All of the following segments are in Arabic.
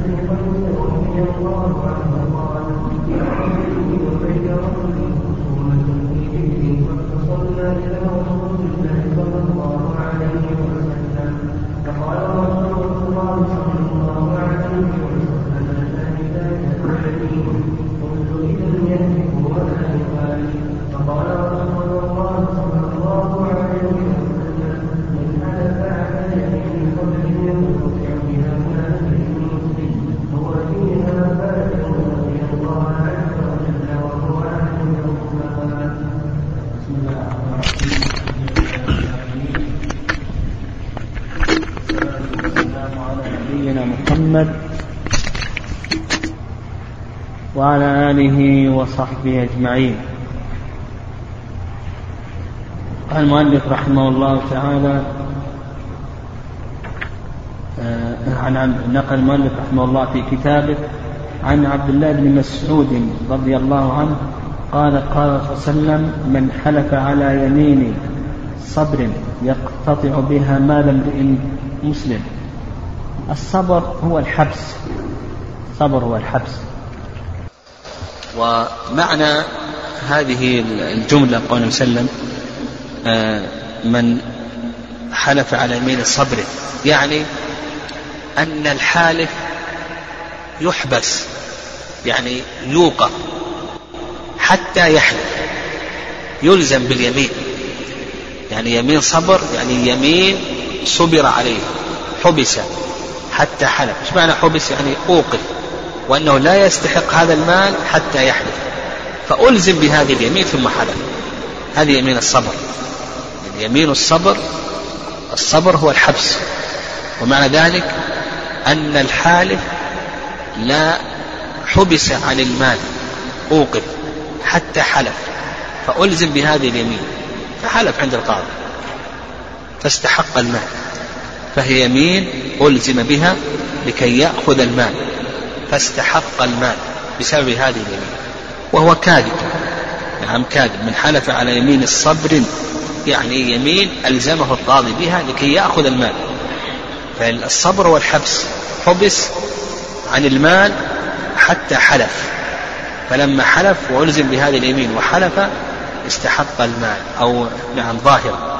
وعلى آله وصحبه أجمعين. قال المؤلف رحمه الله تعالى نقل المؤلف رحمه الله في كتابه عن عبد الله بن مسعود رضي الله عنه قال قال صلى الله عليه وسلم: من حلف على يمين صبر يقتطع بها مال امرئ مسلم. الصبر هو الحبس، الصبر هو الحبس. ومعنى هذه الجملة قوله وسلم من حلف على يمين الصبر، يعني أن الحالف يحبس، يعني يوقف حتى يحلف، يلزم باليمين. يعني يمين صبر يعني يمين صبر عليه، حبس حتى حلف. ايش معنى حبس؟ يعني أوقف، وأنه لا يستحق هذا المال حتى يحلف، فألزم بهذه اليمين ثم حلف. هذه يمين الصبر. يمين الصبر هو الحبس. ومعنى ذلك أن الحالف لا حبس عن المال، أوقف حتى حلف، فألزم بهذه اليمين، فحلف عند القاضي فاستحق المال، فهي يمين ألزم بها لكي يأخذ المال فاستحق المال بسبب هذه اليمين، وهو كاذب. نعم كاذب. من حلف على يمين الصبر يعني يمين ألزمه القاضي بها لكي يأخذ المال. فالصبر والحبس، حبس عن المال حتى حلف، فلما حلف وألزم بهذه اليمين وحلف استحق المال، أو نعم ظاهر.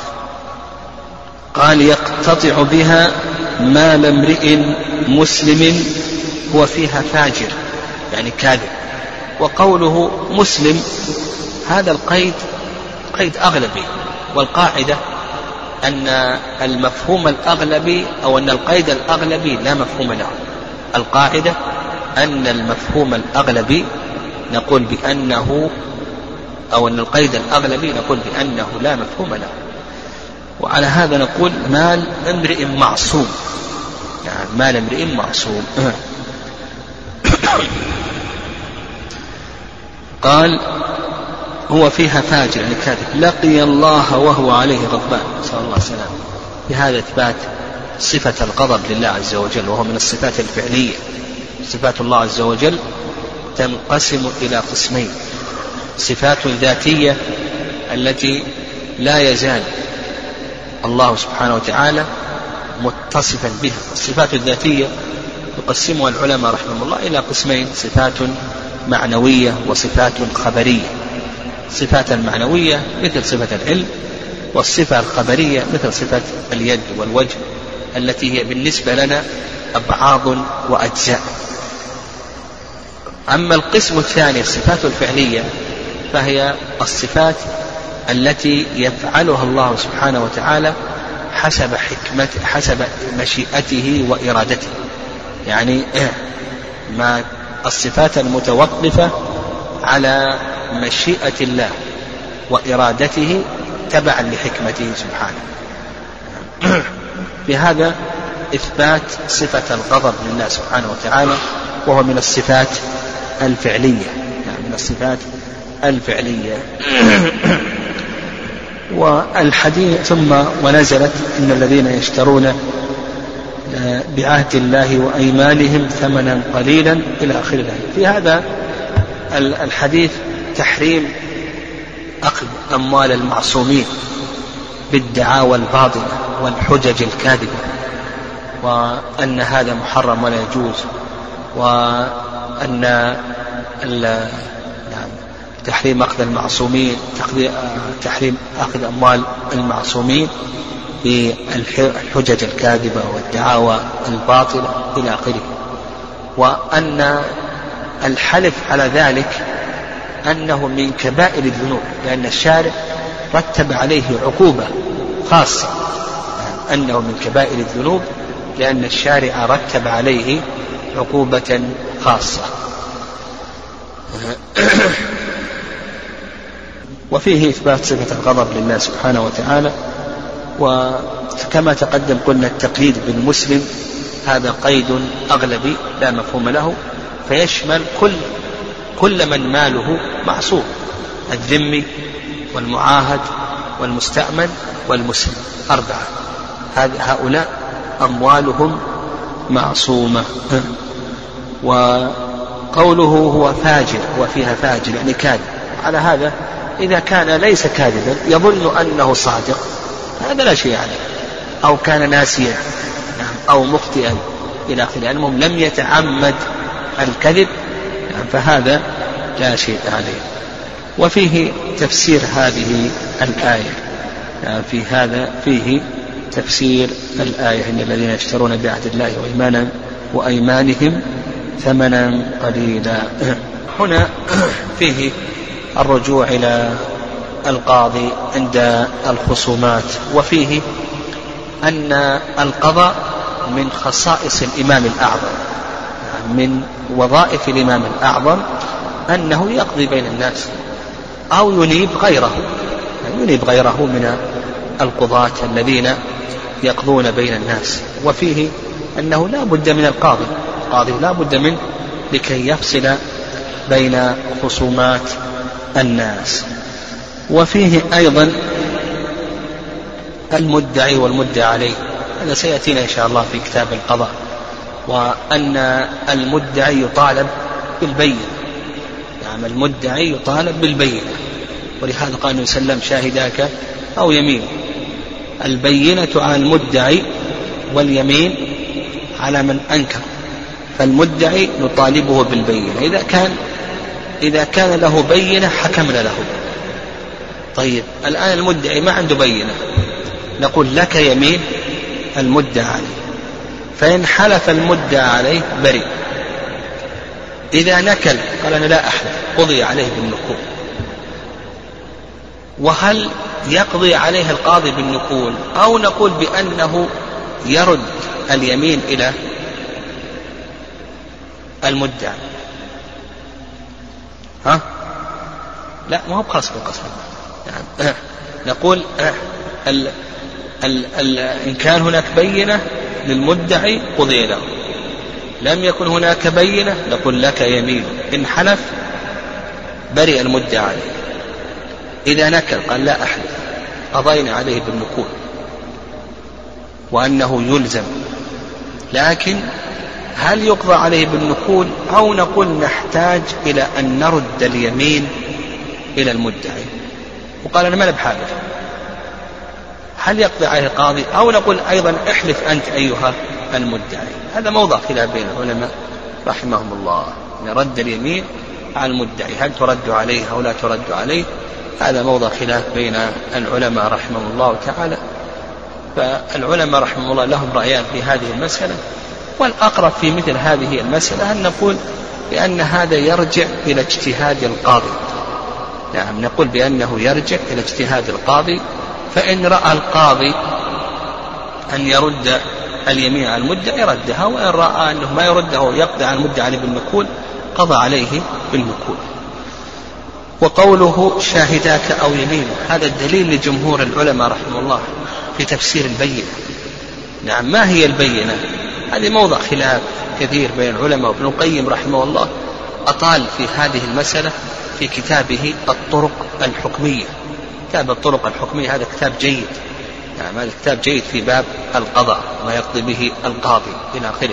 قال: يقتطع بها مال امرئ مسلم هو فيها فاجر، يعني كاذب. وقوله مسلم هذا القيد قيد أغلبي، والقاعدة أن المفهوم الأغلبي أو أن القيد الأغلبي لا مفهوم له. القاعدة أن المفهوم الأغلبي نقول بأنه، أو أن القيد الأغلبي نقول بأنه لا مفهوم له. وعلى هذا نقول مال امرئ معصوم، يعني مال امرئ معصوم. قال: هو فيها فاجر، يعني كاذب، لقي الله وهو عليه غضبان، نسأل الله السلامة. بهذا إثبات صفة الغضب لله عز وجل، وهو من الصفات الفعلية. صفات الله عز وجل تنقسم إلى قسمين: صفات ذاتية التي لا يزال الله سبحانه وتعالى متصفا بها. الصفات الذاتية يقسمها العلماء رحمه الله إلى قسمين: صفات معنوية وصفات خبرية. الصفات المعنوية مثل صفة العلم، والصفة الخبرية مثل صفة اليد والوجه، التي هي بالنسبة لنا أبعاض وأجزاء. أما القسم الثاني الصفات الفعلية، فهي الصفات التي يفعلها الله سبحانه وتعالى حسب مشيئته وإرادته، يعني ما الصفات المتوقفة على مشيئة الله وإرادته تبعا لحكمته سبحانه. في هذا إثبات صفة الغضب لله سبحانه وتعالى، وهو من الصفات الفعلية، يعني من الصفات الفعلية. والحديث: ثم ونزلت إن الذين يشترون بعهد الله وأيمانهم ثمنا قليلا إلى آخر الآية. في هذا الحديث تحريم أخذ أموال المعصومين بالدعاوى الباطلة والحجج الكاذبة، وأن هذا محرم ولا يجوز، وأن تحريم أخذ المعصومين، تحريم أخذ أموال المعصومين بالحجج الكاذبة والدعاوى الباطلة إلى آخره. وأن الحلف على ذلك أنه من كبائر الذنوب، لأن الشارع رتب عليه عقوبة خاصة، أنه من كبائر الذنوب لأن الشارع رتب عليه عقوبة خاصة. وفيه إثبات صفة الغضب لله سبحانه وتعالى. وكما تقدم قلنا التقييد بالمسلم هذا قيد أغلبي لا مفهوم له، فيشمل كل من ماله معصوم، الذمي والمعاهد والمستأمن والمسلم، 4 هؤلاء أموالهم معصومة. وقوله هو فاجر وفيها فاجر يعني كاذب، على هذا إذا كان ليس كاذبا يظن أنه صادق هذا لا شيء عليه، أو كان ناسيا أو مخطئا إلى آخره، المهم لم يتعمد الكذب فهذا لا شيء عليه. وفيه تفسير هذه الآية، في هذا فيه تفسير الآية: إن الذين يشترون بعهد الله وأيمانهم ثمنا قليلا. هنا فيه الرجوع إلى القاضي عند الخصومات، وفيه أن القضاء من خصائص الإمام الأعظم، من وظائف الإمام الأعظم أنه يقضي بين الناس أو ينيب غيره من القضاة الذين يقضون بين الناس. وفيه أنه لا بد من القاضي لا بد منه لكي يفصل بين خصومات الناس. وفيه أيضا المدعي والمدعى عليه، هذا سيأتينا إن شاء الله في كتاب القضاء، وأن المدعي يطالب بالبينة، يعني المدعي يطالب بالبينة، ولهذا قال النبي صلى الله عليه وسلم: شاهداك أو يمين. البينة على المدعي واليمين على من أنكر، فالمدعي نطالبه بالبينة، إذا كان له بينة حكمنا له. طيب الآن المدعي ما عنده بينة، نقول لك يمين المدعى عليه، فإن حلف المدعى عليه بريء. إذا نكل قال أنا لا أحلف، قضي عليه بالنكول. وهل يقضي عليه القاضي بالنكول أو نقول بأنه يرد اليمين إلى المدعى؟ لا، ما هو بخاص بالقسم، يعني نقول إن كان هناك بينة للمدعي قضي له، لم يكن هناك بينة نقول لك يمين، إن حلف برئ المدعى عليه. إذا نكل قال لا أحلف قضينا عليه بالنكول وأنه يلزم. لكن هل يقضى عليه بالنكول أو نقول نحتاج إلى أن نرد اليمين إلى المدعي؟ وقال أنا ما بحالف، هل يقضي عليه القاضي أو نقول أيضا احلف أنت أيها المدعي؟ هذا موضع خلاف بين العلماء رحمهم الله، نرد اليمين على المدعي، هل ترد عليه أو لا ترد عليه؟ هذا موضع خلاف بين العلماء رحمهم الله تعالى. فالعلماء رحمهم الله لهم رأيان في هذه المسألة، والأقرب في مثل هذه المسألة أن نقول بأن هذا يرجع إلى اجتهاد القاضي. نعم، نقول بأنه يرجع إلى اجتهاد القاضي، فإن رأى القاضي أن يرد اليمين على المدعي ردها، وإن رأى أنه ما يرده يقضي على المدعي عليه بالنكول قضى عليه بالنكول. وقوله شاهداك أو يمينه هذا الدليل لجمهور العلماء رحمه الله في تفسير البينة. نعم، ما هي البينة؟ هذه موضع خلاف كثير بين العلماء، وابن القيم رحمه الله أطال في هذه المسألة في كتابه الطرق الحكمية. كتاب الطرق الحكمية هذا كتاب جيد، نعم هذا كتاب جيد في باب القضاء ما يقضي به القاضي إلى آخره.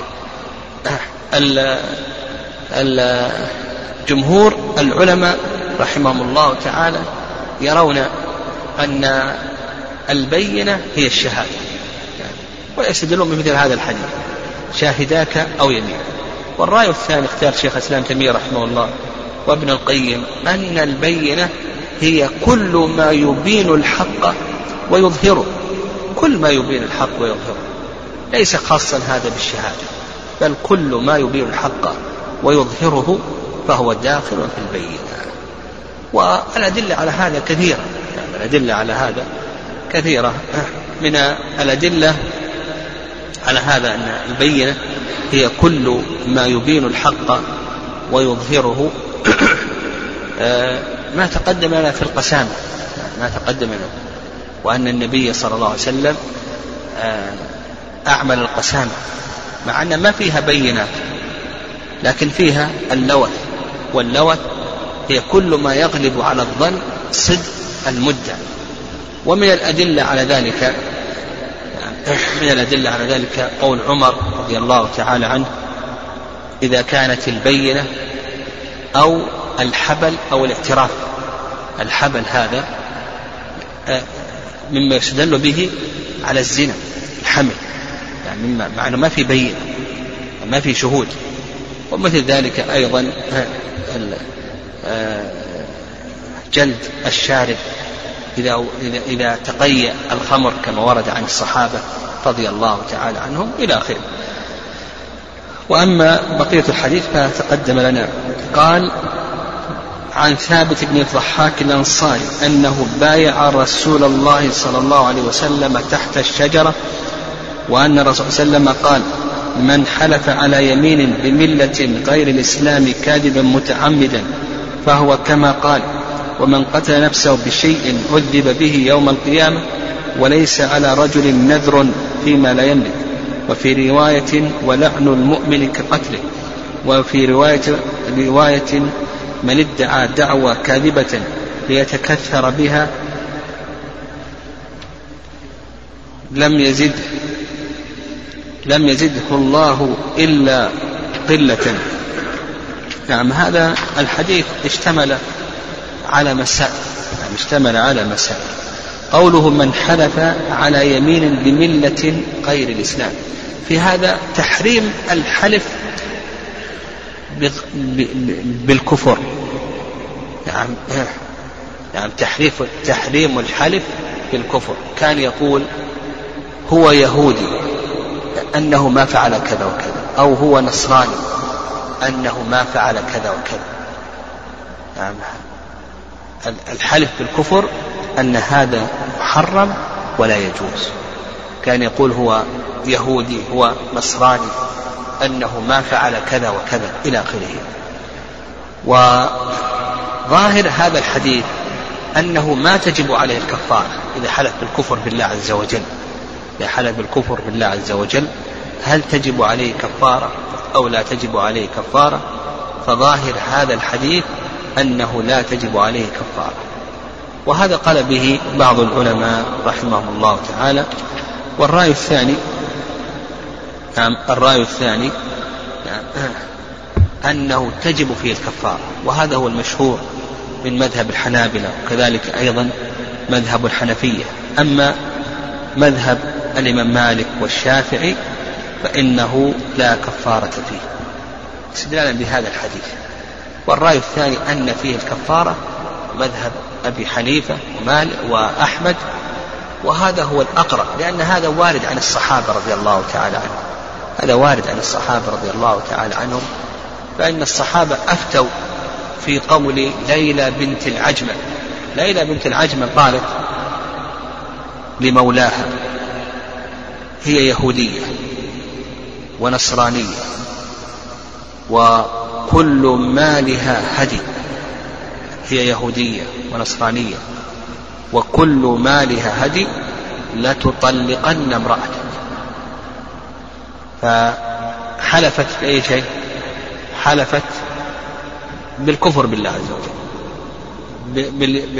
جمهور العلماء رحمهم الله تعالى يرون أن البينة هي الشهادة، يعني ويستدلون بمثل هذا الحديث شاهداك أو يمين. والرأي الثاني اختيار شيخ الإسلام تيمية رحمه الله وابن القيم أن البينة هي كل ما يبين الحق ويظهره، كل ما يبين الحق ويظهره، ليس خاصا هذا بالشهادة، بل كل ما يبين الحق ويظهره فهو داخل في البينة. والأدلة على هذا كثيرة، يعني الأدلة على هذا كثيرة. من الأدلة على هذا أن البينة هي كل ما يبين الحق ويظهره ما تقدم لنا في القسامة، ما تقدم لنا، وأن النبي صلى الله عليه وسلم أعمل القسامة مع أن ما فيها بينات، لكن فيها اللوث، واللوث هي كل ما يغلب على الظن صدق المدعي. ومن الأدلة على ذلك قول عمر رضي الله تعالى عنه: إذا كانت البينة أو الحبل أو الاعتراف. الحبل هذا مما يستدل به على الزنا، الحمل، يعني مع أنه ما في بينة، ما في شهود. ومثل ذلك أيضا جلد الشارب إذا تقيأ الخمر كما ورد عن الصحابة رضي الله تعالى عنهم إلى آخره. وأما بقية الحديث فتقدم لنا. قال: عن ثابت بن الضحاك الأنصاري أنه بايع رسول الله صلى الله عليه وسلم تحت الشجرة، وأن الرسول صلى الله عليه وسلم قال: من حلف على يمين بملة غير الإسلام كاذبا متعمدا فهو كما قال، ومن قتل نفسه بشيء عذب به يوم القيامة، وليس على رجل نذر فيما لا يملك. وفي رواية: ولعن المؤمن كقتله. وفي رواية من ادعى دعوى كاذبة ليتكثر بها لم يزده الله إلا قلة. نعم، هذا الحديث اشتمل على مسائل. قوله: من حلف على يمين بملة غير الإسلام، في هذا تحريم الحلف بالكفر، يعني تحريم الحلف بالكفر. كان يقول هو يهودي أنه ما فعل كذا وكذا، أو هو نصراني أنه ما فعل كذا وكذا. يعني الحلف بالكفر أن هذا محرم ولا يجوز. كان يقول هو يهودي، هو نصراني، أنه ما فعل كذا وكذا إلى آخره. وظاهر هذا الحديث أنه ما تجب عليه الكفارة إذا حلف بالكفر بالله عز وجل. إذا حلف بالكفر بالله عز وجل هل تجب عليه كفارة أو لا تجب عليه كفارة؟ فظاهر هذا الحديث أنه لا تجب عليه كفارة، وهذا قال به بعض العلماء رحمهم الله تعالى. والرأي الثاني أنه تجب فيه الكفارة، وهذا هو المشهور من مذهب الحنابلة، وكذلك أيضا مذهب الحنفية. أما مذهب الإمام مالك والشافعي فإنه لا كفارة فيه، استدلالا بهذا الحديث. والرأي الثاني أن فيه الكفارة، مذهب أبي حنيفة ومالك وأحمد، وهذا هو الأقرب، لأن هذا وارد عن الصحابة رضي الله تعالى عنهم. هذا وارد عن الصحابة رضي الله تعالى عنهم، فإن الصحابة أفتوا في قول ليلى بنت العجمة. ليلى بنت العجمة قالت لمولاها: هي يهودية ونصرانية وكل مالها هدي. هي يهودية ونصرانية وكل مالها هدي لتطلقن امرأتك. فحلفت بأي شيء؟ حلفت بالكفر بالله عز وجل،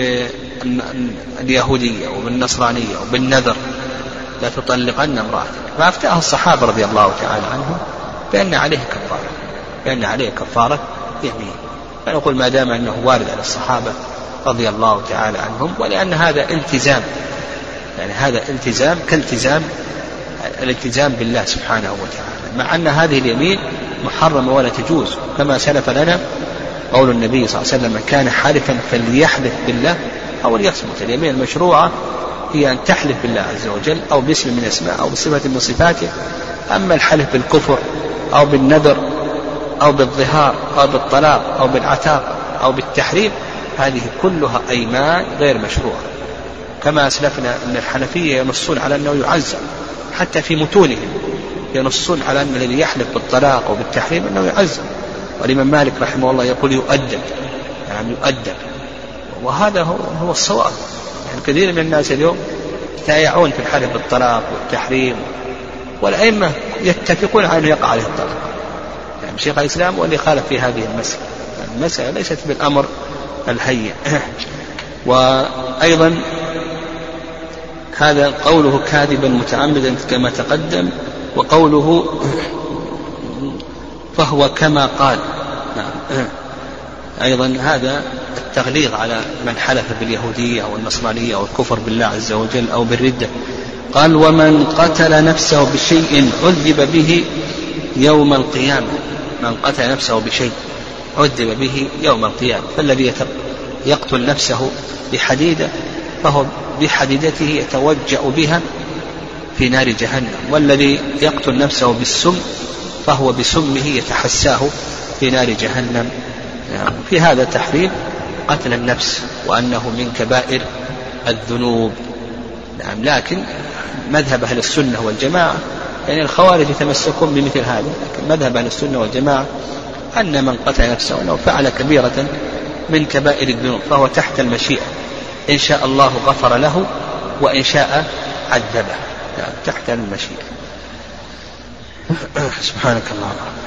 باليهودية وبالنصرانية وبالنذر، لتطلقن امرأتك. فأفتاها الصحابة رضي الله تعالى عنهم بأن عليه كفارة يمين. فنقول ما دام أنه وارد على الصحابة رضي الله تعالى عنهم، ولأن هذا التزام، يعني هذا التزام كالتزام الالتزام بالله سبحانه وتعالى، مع أن هذه اليمين محرمة ولا تجوز، كما سلف لنا قول النبي صلى الله عليه وسلم: من كان حالفا فليحلف بالله أو ليصمت. اليمين المشروعة هي أن تحلف بالله عز وجل أو باسم من اسماء أو بصفة من صفاته. أما الحلف بالكفر أو بالنذر أو بالظهار أو بالطلاق أو بالعتاق أو بالتحريم، هذه كلها أيمان غير مشروعة. كما أسلفنا أن الحنفية ينصون على أنه يعزر، حتى في متونهم ينصون على أن الذي يحلف بالطلاق أو بالتحريم أنه يعزر. والإمام مالك رحمه الله يقول يؤدب، يعني يؤدب، وهذا هو الصواب. يعني كثير من الناس اليوم تايعون في الحلف بالطلاق والتحريم، والأئمة يتفقون على أنه يقع عليه الطلاق. يعني شيخ الإسلام هو اللي خالف في هذه المسألة. المسألة ليست بالأمر الهين. وأيضا هذا قوله كاذبا متعمدا كما تقدم، وقوله فهو كما قال. أيضا هذا التغليظ على من حلف باليهودية أو النصرانية أو الكفر بالله عز وجل أو بالردة. قال: ومن قتل نفسه بشيء عذب به يوم القيامة. من قتل نفسه بشيء عذب به يوم القيامة. فالذي يقتل نفسه بحديدة فهو بحديدته يتوجأ بها في نار جهنم، والذي يقتل نفسه بالسم فهو بسمه يتحساه في نار جهنم. في هذا تحريم قتل النفس، وأنه من كبائر الذنوب. لكن مذهب أهل السنة والجماعة، يعني الخوارج يتمسكون بمثل هذا، لكن مذهب أهل السنة والجماعة أن من قتل نفسه لو فعل كبيرة من كبائر الذنوب فهو تحت المشيئة، إن شاء الله غفر له وإن شاء عذبه، تحت المشيئة. سبحانك اللهم.